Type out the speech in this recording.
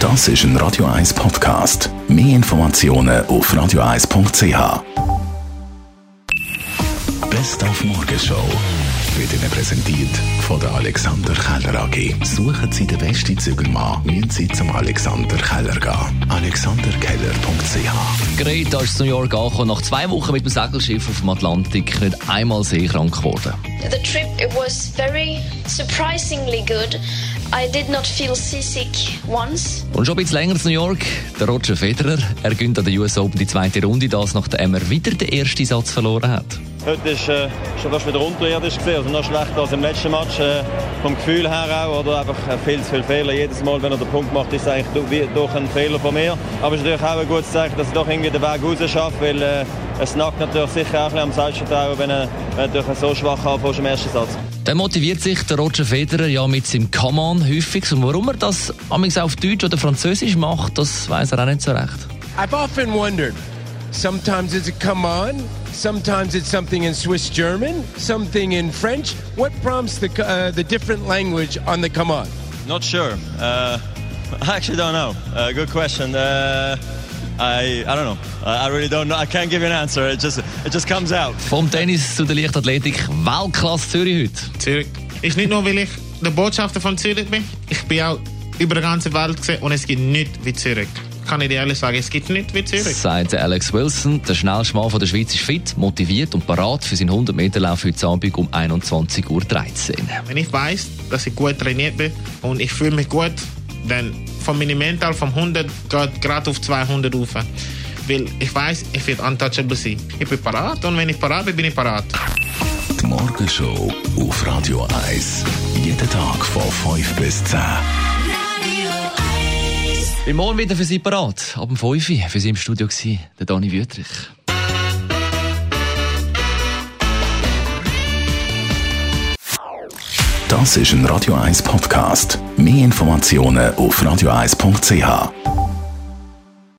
Das ist ein Radio 1 Podcast. Mehr Informationen auf radio1.ch. Best auf Morgenshow wird Ihnen präsentiert von der Alexander Keller AG. Suchen Sie den besten Zügelmann, müssen Sie zum Alexander Keller gehen. alexanderkeller.ch. Greta ist zu New York angekommen, nach 2 Wochen mit dem Segelschiff auf dem Atlantik nicht einmal seekrank geworden. The trip, it was very surprisingly good. I did not feel seasick once. Und schon ein bisschen länger zu New York, der Roger Federer. Er gewinnt an der US Open die 2. Runde, das nachdem er wieder den ersten Satz verloren hat. Heute ist schon fast wieder unterirdisch gewesen, also noch schlechter als im letzten Match, vom Gefühl her auch, oder einfach viel zu viele Fehler. Jedes Mal, wenn er den Punkt macht, ist es eigentlich durch einen Fehler von mir. Aber es ist natürlich auch ein gutes Zeichen, dass er doch irgendwie den Weg raus schafft, weil es nackt natürlich sicher auch ein bisschen am Selbstvertrauen, wenn er natürlich so schwach anfängt im ersten Satz. Dann motiviert sich der Roger Federer ja mit seinem Come On häufig. Und warum er das amigs auf Deutsch oder Französisch macht, das weiss er auch nicht so recht. I've often wondered. Sometimes it's a come on, sometimes it's something in Swiss German, something in French. What prompts the different language on the come on? Not sure. I actually don't know. Good question. I don't know. I really don't know. I can't give you an answer. It just comes out. Vom Tennis zu der Leichtathletik, Weltklasse Zürich heute. Zürich ist nicht nur, weil ich der Botschafter von Zürich bin. Ich bin auch über die ganze Welt gesehen und es gibt nichts wie Zürich. Kann ich dir ehrlich sagen, es gibt nichts wie Zürich. Sagt Alex Wilson, der schnellste Mann von der Schweiz ist fit, motiviert und parat für seinen 100-Meter-Lauf heute Abend um 21:13 Uhr. Wenn ich weiss, dass ich gut trainiert bin und ich fühle mich gut, dann von meinem Mental vom 100 geht gerade auf 200 rauf. Weil ich weiss, ich werde untouchable sein. Ich bin parat und wenn ich parat bin, bin ich parat. Die Morgenshow auf Radio 1. Jeden Tag von 5 bis 10. Bin morgen wieder für Sie parat. Ab dem 5 Uhr für Sie im Studio war der Dani Wüthrich. Das ist ein Radio 1 Podcast. Mehr Informationen auf radio1.ch.